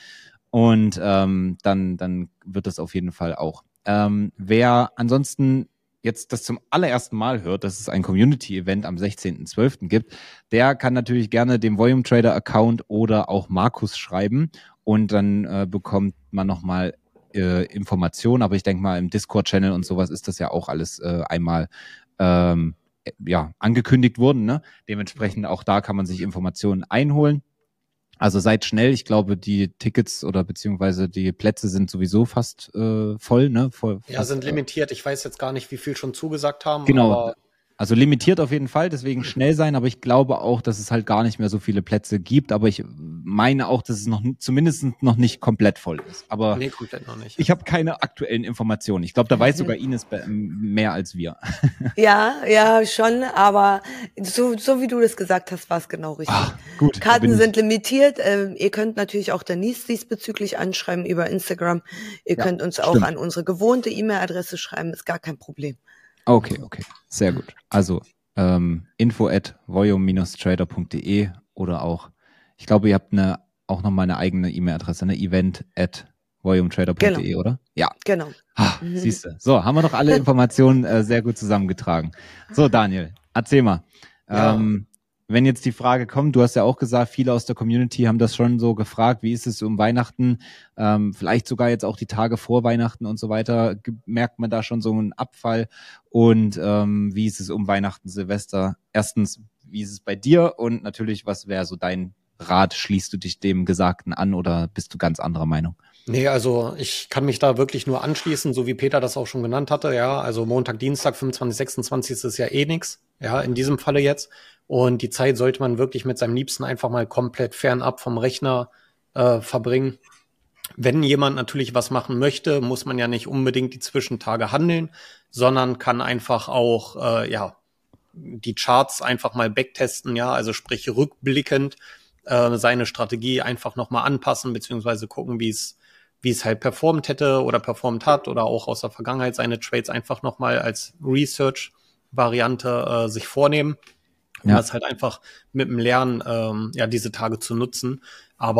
S2: Und ähm, dann, dann wird das auf jeden Fall auch. Ähm, wer ansonsten jetzt das zum allerersten Mal hört, dass es ein Community-Event am sechzehnten zwölften gibt, der kann natürlich gerne dem Volume Trader Account oder auch Markus schreiben und dann äh, bekommt man nochmal äh, Informationen, aber ich denke mal im Discord-Channel und sowas ist das ja auch alles äh, einmal ähm, ja angekündigt worden, ne? Dementsprechend auch da kann man sich Informationen einholen. Also seid schnell, ich glaube, die Tickets oder beziehungsweise die Plätze sind sowieso fast äh, voll, ne? Voll,
S3: ja,
S2: fast,
S3: sind limitiert. Ich weiß jetzt gar nicht, wie viel schon zugesagt haben.
S2: Genau.
S3: Aber
S2: Also limitiert auf jeden Fall, deswegen schnell sein, aber ich glaube auch, dass es halt gar nicht mehr so viele Plätze gibt, aber ich meine auch, dass es noch zumindest noch nicht komplett voll ist. Aber
S3: nee, komplett noch nicht.
S2: Ich habe keine aktuellen Informationen. Ich glaube, da weiß sogar Ines mehr als wir.
S4: Ja, ja, schon, aber so, so wie du das gesagt hast, war es genau richtig.
S2: Ach, gut,
S4: Karten sind limitiert. Ähm, ihr könnt natürlich auch Denise diesbezüglich anschreiben über Instagram. Ihr ja, könnt uns auch stimmt. an unsere gewohnte E-Mail-Adresse schreiben, ist gar kein Problem.
S2: Okay, okay, sehr gut. Also ähm, info at volume trader punkt de oder auch, ich glaube, ihr habt eine auch nochmal eine eigene E-Mail-Adresse, eine event at volume trader punkt de, genau. oder? Ja.
S4: Genau.
S2: Ah, siehst du. So, haben wir doch alle Informationen äh, sehr gut zusammengetragen. So, Daniel, erzähl mal. Ja. Ähm, wenn jetzt die Frage kommt, du hast ja auch gesagt, viele aus der Community haben das schon so gefragt, wie ist es um Weihnachten, ähm, vielleicht sogar jetzt auch die Tage vor Weihnachten und so weiter, merkt man da schon so einen Abfall und ähm, wie ist es um Weihnachten, Silvester? Erstens, wie ist es bei dir und natürlich, was wäre so dein Rat? Schließt du dich dem Gesagten an oder bist du ganz anderer Meinung?
S3: Nee, also ich kann mich da wirklich nur anschließen, so wie Peter das auch schon genannt hatte, ja, also Montag, Dienstag, fünfundzwanzig, sechsundzwanzig ist ja eh nix, ja, in diesem Falle jetzt. Und die Zeit sollte man wirklich mit seinem Liebsten einfach mal komplett fernab vom Rechner äh, verbringen. Wenn jemand natürlich was machen möchte, muss man ja nicht unbedingt die Zwischentage handeln, sondern kann einfach auch äh, ja die Charts einfach mal backtesten, ja, also sprich rückblickend äh, seine Strategie einfach nochmal anpassen, beziehungsweise gucken, wie es wie es halt performt hätte oder performt hat oder auch aus der Vergangenheit seine Trades einfach nochmal als Research-Variante äh, sich vornehmen. Um ja. das halt einfach mit dem Lernen, ähm, ja, diese Tage zu nutzen. Aber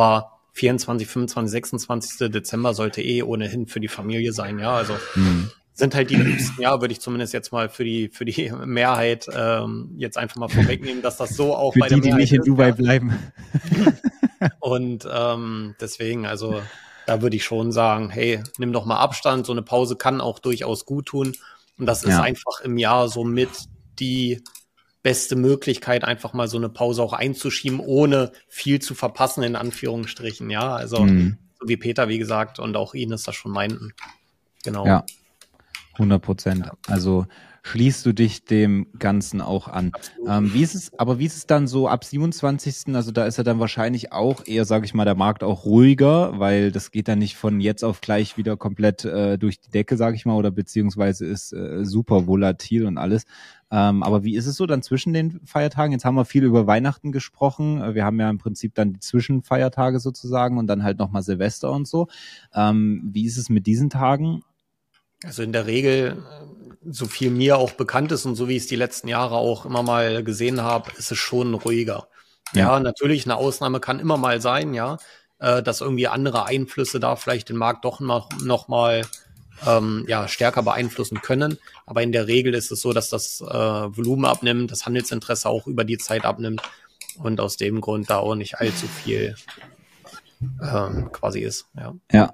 S3: vierundzwanzig, fünfundzwanzig, sechsundzwanzig. Dezember sollte eh ohnehin für die Familie sein, ja, also mhm. sind halt die liebsten, ja, würde ich zumindest jetzt mal für die für die Mehrheit ähm, jetzt einfach mal vorwegnehmen, dass das so auch
S2: für
S3: bei
S2: die,
S3: der Mehrheit
S2: die nicht in
S3: ist,
S2: Dubai
S3: ja.
S2: bleiben.
S3: Und ähm, deswegen, also da würde ich schon sagen, hey, nimm doch mal Abstand, so eine Pause kann auch durchaus gut tun. Und das ist
S2: Ja.
S3: einfach im Jahr somit die beste Möglichkeit, einfach mal so eine Pause auch einzuschieben, ohne viel zu verpassen, in Anführungsstrichen, ja. Also
S2: Mhm.
S3: so wie Peter, wie gesagt, und auch Ines das schon meinten. Genau.
S2: Ja, hundert Prozent. Also schließt du dich dem Ganzen auch an. Ähm, wie ist es, aber wie ist es dann so ab siebenundzwanzigsten? Also da ist ja dann wahrscheinlich auch eher, sage ich mal, der Markt auch ruhiger, weil das geht dann nicht von jetzt auf gleich wieder komplett äh, durch die Decke, sage ich mal, oder beziehungsweise ist äh, super volatil und alles. Ähm, aber wie ist es so dann zwischen den Feiertagen? Jetzt haben wir viel über Weihnachten gesprochen. Wir haben ja im Prinzip dann die Zwischenfeiertage sozusagen und dann halt nochmal Silvester und so. Ähm, wie ist es mit diesen Tagen?
S3: Also in der Regel, so viel mir auch bekannt ist und so wie ich es die letzten Jahre auch immer mal gesehen habe, ist es schon ruhiger. Ja, ja, natürlich, eine Ausnahme kann immer mal sein, ja, äh, dass irgendwie andere Einflüsse da vielleicht den Markt doch noch, noch mal ähm, ja, stärker beeinflussen können. Aber in der Regel ist es so, dass das äh, Volumen abnimmt, das Handelsinteresse auch über die Zeit abnimmt und aus dem Grund da auch nicht allzu viel ähm, quasi ist. Ja.
S2: Ja.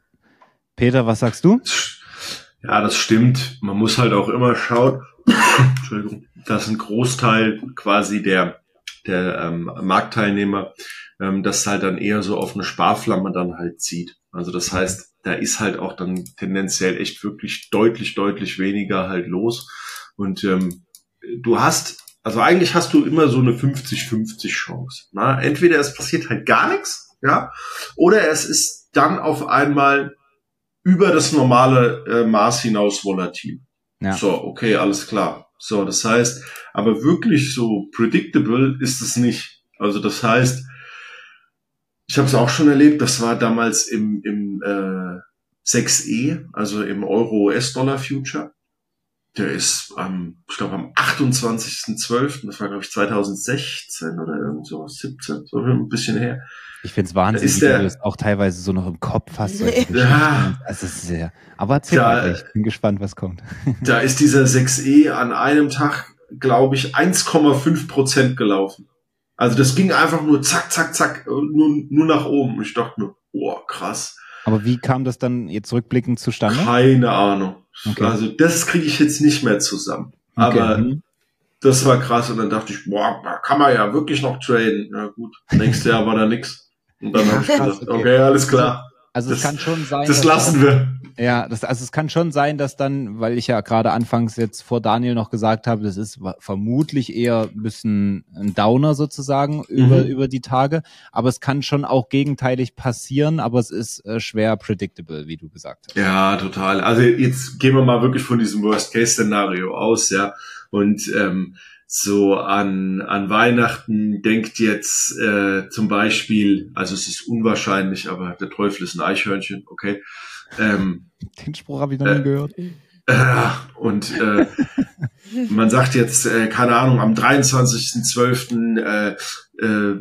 S2: Peter, was sagst du?
S1: Ja, das stimmt. Man muss halt auch immer schauen, Entschuldigung, dass ein Großteil quasi der, der ähm, Marktteilnehmer ähm, das halt dann eher so auf eine Sparflamme dann halt zieht. Also das heißt, da ist halt auch dann tendenziell echt wirklich deutlich, deutlich weniger halt los. Und ähm, du hast, also eigentlich hast du immer so eine fünfzig fünfzig Chance. Na? Entweder es passiert halt gar nichts, ja, oder es ist dann auf einmal über das normale äh, Maß hinaus volatil. Ja. So, okay, alles klar. So, das heißt, aber wirklich so predictable ist es nicht. Also das heißt, ich habe es auch schon erlebt, das war damals im, im äh, sechs E, also im Euro-U S-Dollar Future. Der ist am, ich glaube am achtundzwanzigsten zwölften, das war glaube ich zweitausendsechzehn oder irgend sowas, siebzehn, so ein bisschen her.
S2: Ich find's Wahnsinn, wie du das auch teilweise so noch im Kopf hast. Ja. Also sehr. Aber erzähl da, mal, ich bin gespannt, was kommt.
S1: Da ist dieser sechs E an einem Tag, glaube ich, eins Komma fünf Prozent gelaufen. Also das ging einfach nur zack, zack, zack, nur, nur nach oben. Und ich dachte mir, oh, krass.
S2: Aber wie kam das dann jetzt rückblickend zustande?
S1: Keine Ahnung.
S2: Okay.
S1: Also das kriege ich jetzt nicht mehr zusammen. Aber okay. Das war krass und dann dachte ich, boah, da kann man ja wirklich noch traden. Ja gut, nächstes Jahr war da nix. Und dann habe ich gesagt, okay. okay, alles klar.
S2: Also
S1: das,
S2: es kann schon sein.
S1: Das lassen wir.
S2: Ja, das, also es kann schon sein, dass dann, weil ich ja gerade anfangs jetzt vor Daniel noch gesagt habe, das ist vermutlich eher ein bisschen ein Downer sozusagen über, mhm. über die Tage. Aber es kann schon auch gegenteilig passieren, aber es ist äh, schwer predictable, wie du gesagt hast.
S1: Ja, total. Also jetzt gehen wir mal wirklich von diesem Worst-Case-Szenario aus, ja. Und ähm, so an an Weihnachten denkt jetzt äh, zum Beispiel, also es ist unwahrscheinlich, aber der Teufel ist ein Eichhörnchen, okay. Ähm,
S2: Den Spruch habe ich noch nie äh, gehört.
S1: Äh, und äh, man sagt jetzt, äh, keine Ahnung, am dreiundzwanzigsten zwölften Äh, äh,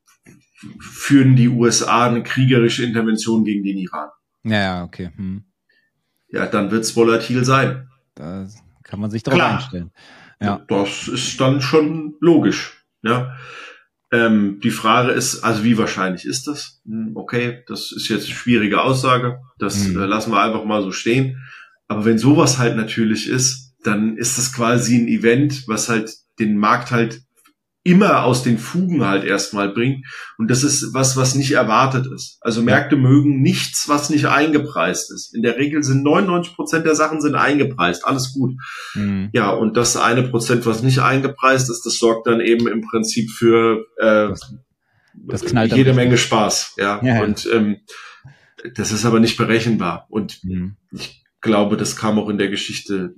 S1: führen die U S A eine kriegerische Intervention gegen den Iran.
S2: Ja, ja, okay. Hm.
S1: Ja, dann wird's volatil sein.
S2: Da kann man sich drauf Klar. einstellen. Ja.
S1: Das ist dann schon logisch. Ja. Ähm, die Frage ist, also wie wahrscheinlich ist das? Okay, das ist jetzt eine schwierige Aussage. Das mhm. äh, lassen wir einfach mal so stehen. Aber wenn sowas halt natürlich ist, dann ist das quasi ein Event, was halt den Markt halt immer aus den Fugen halt erstmal bringt. Und das ist was, was nicht erwartet ist. Also Märkte mögen nichts, was nicht eingepreist ist. In der Regel sind neunundneunzig Prozent der Sachen sind eingepreist. Alles gut. Mhm. Ja, und das eine Prozent, was nicht eingepreist ist, das sorgt dann eben im Prinzip für äh,
S2: das knallt
S1: jede Menge Spaß. Ja,
S2: ja, ja.
S1: Und ähm, das ist aber nicht berechenbar. Und mhm. ich glaube, das kam auch in der Geschichte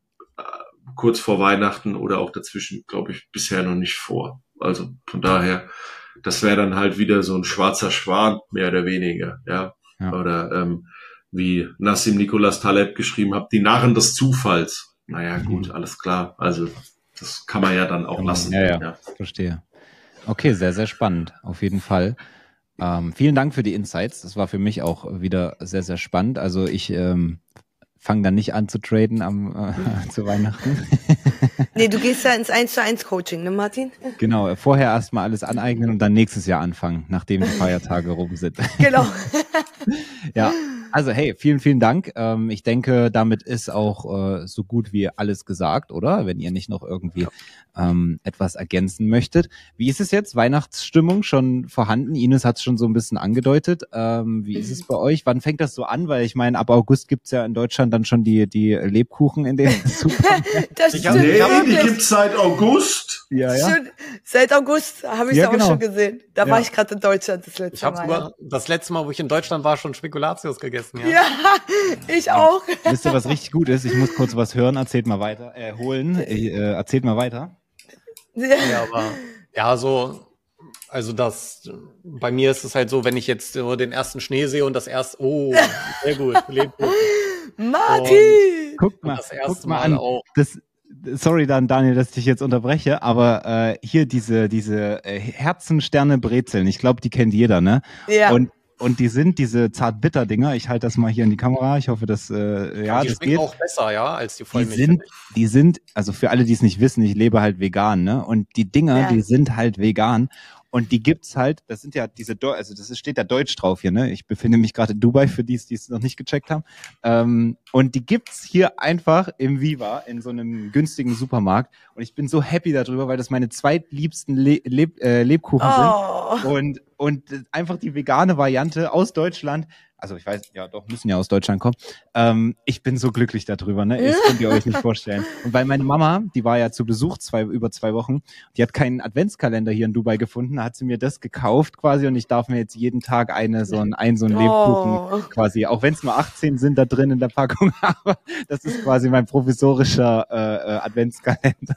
S1: kurz vor Weihnachten oder auch dazwischen, glaube ich, bisher noch nicht vor. Also von daher, das wäre dann halt wieder so ein schwarzer Schwan, mehr oder weniger, ja. ja. Oder ähm, wie Nassim Nicholas Taleb geschrieben hat, die Narren des Zufalls. Naja, gut, mhm. alles klar. Also das kann man ja dann auch lassen.
S2: Ja, ja, ja, verstehe. Okay, sehr, sehr spannend, auf jeden Fall. Ähm, vielen Dank für die Insights. Das war für mich auch wieder sehr, sehr spannend. Also ich ähm, fange dann nicht an zu traden am äh, zu Weihnachten.
S4: Nee, du gehst ja ins eins zu eins Coaching, ne Martin?
S2: Genau, vorher erstmal alles aneignen und dann nächstes Jahr anfangen, nachdem die Feiertage rum sind.
S4: Genau.
S2: Ja, also hey, vielen, vielen Dank. Ähm, ich denke, damit ist auch äh, so gut wie alles gesagt, oder? Wenn ihr nicht noch irgendwie ähm, etwas ergänzen möchtet. Wie ist es jetzt? Weihnachtsstimmung schon vorhanden? Ines hat es schon so ein bisschen angedeutet. Ähm, wie ist es bei euch? Wann fängt das so an? Weil ich meine, ab August gibt's ja in Deutschland dann schon die die Lebkuchen in den Supermärkten.
S4: Das
S3: Ich
S4: stimmt
S3: hab-
S1: Nee,
S4: wirklich.
S1: die gibt's seit August.
S2: Ja, ja.
S4: Stimmt. Seit August habe ich
S2: Ja,
S4: ja, auch
S2: genau.
S4: schon gesehen. Da
S2: Ja.
S4: war ich gerade in Deutschland das letzte
S3: Ich habe
S4: Mal.
S3: sogar das letzte Mal, wo ich in Deutschland war, schon Spekulatius gegessen. Ja.
S4: Ja, ich auch.
S2: Wisst ihr, was richtig gut ist? Ich muss kurz was hören. Erzählt mal weiter. Äh, holen. Äh, erzählt mal weiter.
S3: Ja, aber ja, so, also das, bei mir ist es halt so, wenn ich jetzt so den ersten Schnee sehe und das erste, oh, sehr gut, Lebkuchen.
S4: Martin!
S2: Guckt mal,
S3: das erste
S2: guckt mal
S3: Mal
S2: an.
S3: auch.
S2: Das, sorry dann, Daniel, dass ich dich jetzt unterbreche, aber äh, hier diese diese äh, Herzensterne Brezeln, ich glaube, die kennt jeder, ne?
S4: Ja.
S2: Und und die sind diese Zart-Bitter-Dinger. Ich halte das mal hier in die Kamera. Ich hoffe, dass äh, ja,
S3: die
S2: das
S3: schmecken
S2: geht.
S3: auch besser, ja, als die
S2: Die
S3: Vollmilch.
S2: sind,
S3: finde ich.
S2: die sind, also für alle, die es nicht wissen, ich lebe halt vegan, ne? Und die Dinger,
S4: Ja.
S2: die sind halt vegan. Und die gibt's halt, das sind ja diese, Deu- also das ist, steht da Deutsch drauf hier, ne? Ich befinde mich gerade in Dubai, für die, die es noch nicht gecheckt haben. Ähm, und die gibt's hier einfach im Viva, in so einem günstigen Supermarkt. Und ich bin so happy darüber, weil das meine zweitliebsten Le Leb äh, Lebkuchen
S4: Oh.
S2: sind. Und, und einfach die vegane Variante aus Deutschland. Also ich weiß, ja doch, müssen ja aus Deutschland kommen. Ähm, ich bin so glücklich darüber, ne? Das könnt ihr euch nicht vorstellen. Und weil meine Mama, die war ja zu Besuch zwei, über zwei Wochen, die hat keinen Adventskalender hier in Dubai gefunden, da hat sie mir das gekauft quasi und ich darf mir jetzt jeden Tag eine so ein, ein so ein Lebkuchen
S4: Oh.
S2: quasi, auch wenn es nur achtzehn sind da drin in der Packung, aber das ist quasi mein provisorischer äh, äh, Adventskalender.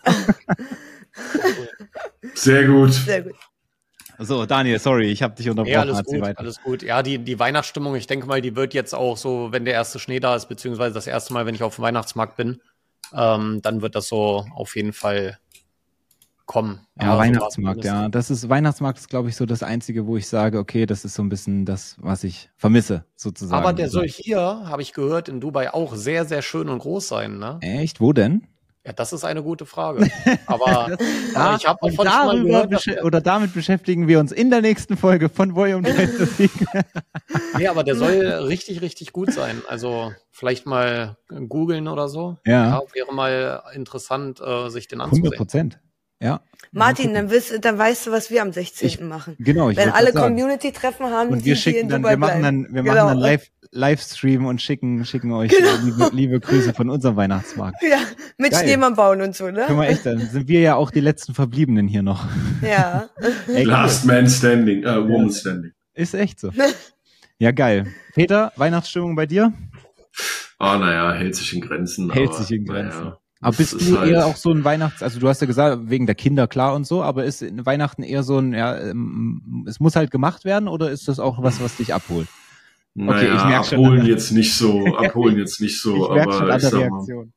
S1: Sehr gut.
S4: Sehr gut.
S2: So, Daniel, sorry, ich habe dich unterbrochen.
S3: Ja, alles
S2: Erzähl
S3: gut,
S2: weiter.
S3: alles gut. Ja, die, die Weihnachtsstimmung, ich denke mal, die wird jetzt auch so, wenn der erste Schnee da ist, beziehungsweise das erste Mal, wenn ich auf dem Weihnachtsmarkt bin, ähm, dann wird das so auf jeden Fall kommen.
S2: Ja,
S3: so
S2: Weihnachtsmarkt,
S3: war's
S2: ja.
S3: zumindest.
S2: Das ist, Weihnachtsmarkt ist, glaube ich, so das Einzige, wo ich sage, okay, das ist so ein bisschen das, was ich vermisse, sozusagen.
S3: Aber der
S2: Also,
S3: soll hier, habe ich gehört, in Dubai auch sehr, sehr schön und groß sein, ne?
S2: Echt? Wo denn?
S3: Ja, das ist eine gute Frage. Aber, aber ich habe
S2: und
S3: davon schon mal
S2: darüber
S3: gehört, dass,
S2: beschä- oder damit beschäftigen wir uns in der nächsten Folge von Volume dreißig.
S3: nee, aber der soll richtig, richtig gut sein. Also vielleicht mal googeln oder so.
S2: Ja.
S3: wäre mal interessant, äh, sich den
S2: hundert
S3: anzusehen.
S2: Prozent. Ja.
S4: Martin, dann, wirst, dann weißt du, was wir am sechzehnten machen.
S2: Genau, ich
S4: Wenn
S2: wollte
S4: alle
S2: grad sagen.
S4: Community-Treffen haben,
S2: Und
S4: die,
S2: wir
S4: die
S2: schicken
S4: in
S2: dann,
S4: Dubai
S2: wir machen
S4: bleiben.
S2: dann, wir
S4: Genau.
S2: machen dann live, Livestream und schicken, schicken euch
S4: Genau.
S2: liebe, liebe Grüße von unserem Weihnachtsmarkt.
S4: Ja, mit
S2: Geil.
S4: Schneemann bauen und so, ne?
S2: Guck mal, echt, dann sind wir ja auch die letzten Verbliebenen hier noch.
S4: Ja.
S2: Ey, cool.
S1: Last Man Standing, äh, Woman Standing.
S2: Ist echt so. Ja, geil. Peter, Weihnachtsstimmung bei dir?
S1: Ah, naja, hält sich in Grenzen.
S2: Hält
S1: aber,
S2: sich in Grenzen.
S1: Naja,
S2: Aber bist
S1: es
S2: du
S1: ist halt-
S2: eher auch so ein Weihnachts-, also du hast ja gesagt, wegen der Kinder klar und so, aber ist in Weihnachten eher so ein, ja, ähm, es muss halt gemacht werden oder ist das auch was, was dich abholt?
S1: Naja,
S2: Okay, ich merk schon
S1: abholen
S2: an-
S1: jetzt nicht so, abholen jetzt nicht so,
S2: ich merke schon
S1: aber
S2: an
S1: ich
S2: der
S1: sag mal,
S2: Reaktion.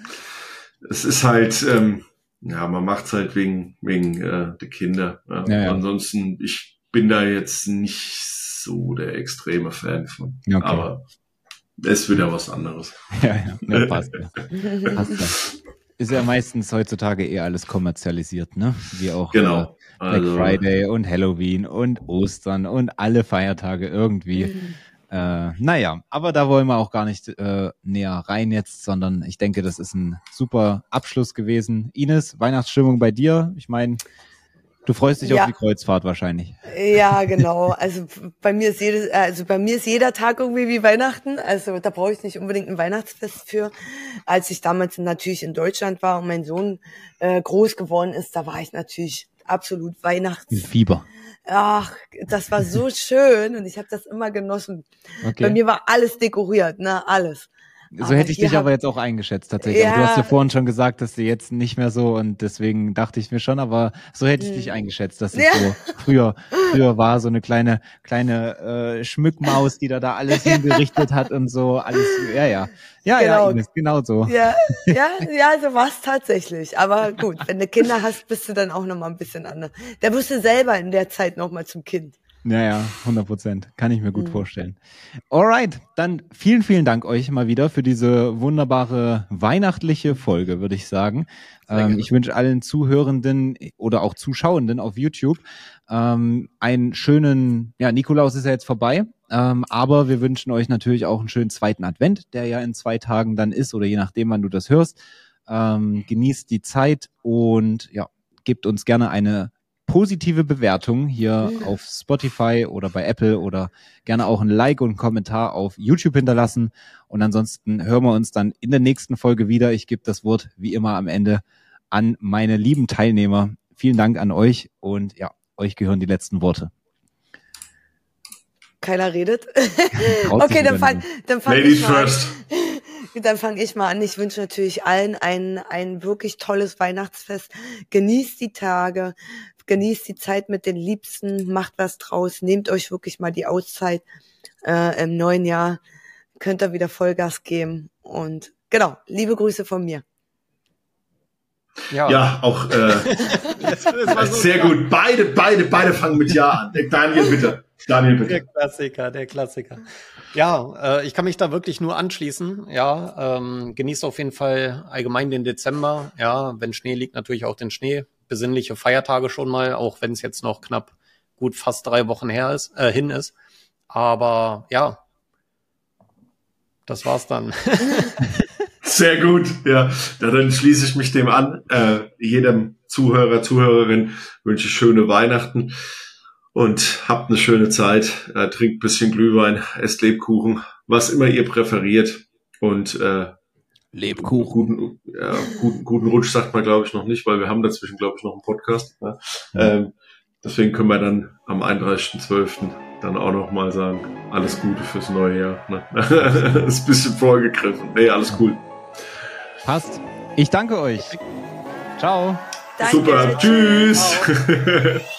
S1: es ist halt, ähm, ja, man macht's halt wegen, wegen äh, der Kinder. Ja.
S2: Ja, ja.
S1: Ansonsten, ich bin da jetzt nicht so der extreme Fan von.
S2: Okay.
S1: Aber es ist wieder was anderes.
S2: Ja, ja, ne, passt. Ja. Passt ja. Ist ja meistens heutzutage eher alles kommerzialisiert, ne? Wie auch
S1: Genau.
S2: äh, Black
S1: Also,
S2: Friday und Halloween und Ostern und alle Feiertage irgendwie. Äh, naja, aber da wollen wir auch gar nicht äh, näher rein jetzt, sondern ich denke, das ist ein super Abschluss gewesen. Ines, Weihnachtsstimmung bei dir? Ich meine, du freust dich
S4: Ja.
S2: auf die Kreuzfahrt wahrscheinlich.
S4: Ja, genau. Also bei mir ist jedes, also bei mir ist jeder Tag irgendwie wie Weihnachten. Also da brauche ich nicht unbedingt ein Weihnachtsfest für. Als ich damals natürlich in Deutschland war und mein Sohn äh, groß geworden ist, da war ich natürlich absolut Weihnachts.
S2: Mit Fieber.
S4: Ach, das war so schön und ich habe das immer genossen.
S2: Okay.
S4: Bei mir war alles dekoriert, ne, alles.
S2: So
S4: Aber
S2: hätte ich
S4: hier
S2: dich aber
S4: hab-
S2: jetzt auch eingeschätzt tatsächlich. Aber du
S4: Ja.
S2: hast ja vorhin schon gesagt, dass du jetzt nicht mehr so und deswegen dachte ich mir schon, aber so hätte ich dich
S4: Hm.
S2: eingeschätzt, dass es
S4: Ja.
S2: so früher früher war, so eine kleine kleine äh, Schmückmaus, die da da alles hingerichtet hat und so alles. Ja, ja. Ja, ja,
S4: Genau.
S2: Ines, genau so.
S4: Ja, ja, ja, so war's tatsächlich. Aber gut, wenn du Kinder hast, bist du dann auch noch mal ein bisschen anders. Da wirst du selber in der Zeit noch mal zum Kind.
S2: Naja, hundert Prozent. Kann ich mir gut mhm. vorstellen. Alright, dann vielen, vielen Dank euch mal wieder für diese wunderbare weihnachtliche Folge, würde ich sagen. Ähm, ich wünsche allen Zuhörenden oder auch Zuschauenden auf YouTube ähm, einen schönen, ja, Nikolaus ist ja jetzt vorbei, ähm, aber wir wünschen euch natürlich auch einen schönen zweiten Advent, der ja in zwei Tagen dann ist oder je nachdem, wann du das hörst. Ähm, genießt die Zeit und ja, gebt uns gerne eine positive Bewertung hier ja. auf Spotify oder bei Apple oder gerne auch ein Like und einen Kommentar auf YouTube hinterlassen. Und ansonsten hören wir uns dann in der nächsten Folge wieder. Ich gebe das Wort wie immer am Ende an meine lieben Teilnehmer. Vielen Dank an euch und ja, euch gehören die letzten Worte.
S4: Keiner redet. Okay, dann fang, dann fang
S1: Ladies
S4: ich mal
S1: first.
S4: an. Dann fange ich mal an. Ich wünsche natürlich allen ein, ein wirklich tolles Weihnachtsfest. Genießt die Tage. Genießt die Zeit mit den Liebsten, macht was draus, nehmt euch wirklich mal die Auszeit äh, im neuen Jahr, könnt ihr wieder Vollgas geben und genau, liebe Grüße von mir.
S1: Ja, ja auch äh, das, das war so sehr klar. Gut. Beide, beide, beide fangen mit Ja an. Daniel, bitte. Daniel, bitte.
S3: Der Klassiker, der Klassiker. Ja, äh, ich kann mich da wirklich nur anschließen. Ja, ähm, genießt auf jeden Fall allgemein den Dezember. Ja, wenn Schnee liegt, natürlich auch den Schnee. Besinnliche Feiertage schon mal, auch wenn es jetzt noch knapp gut fast drei Wochen her ist, äh, hin ist. Aber ja, das war's dann.
S1: Sehr gut, ja. ja. Dann schließe ich mich dem an. Äh, jedem Zuhörer, Zuhörerin wünsche ich schöne Weihnachten und habt eine schöne Zeit. Äh, trinkt ein bisschen Glühwein, esst Lebkuchen, was immer ihr präferiert. Und äh,
S2: Lebkuchen.
S1: Guten, ja, guten, guten Rutsch sagt man, glaube ich, noch nicht, weil wir haben dazwischen, glaube ich, noch einen Podcast. Ne? Mhm. Ähm, deswegen können wir dann am einunddreißigsten zwölften dann auch noch mal sagen, alles Gute fürs neue Jahr. Ne? Das ist ein bisschen vorgegriffen. Nee, alles cool.
S2: Passt. Ich danke euch. Ciao.
S4: Danke.
S1: Super. Tschüss.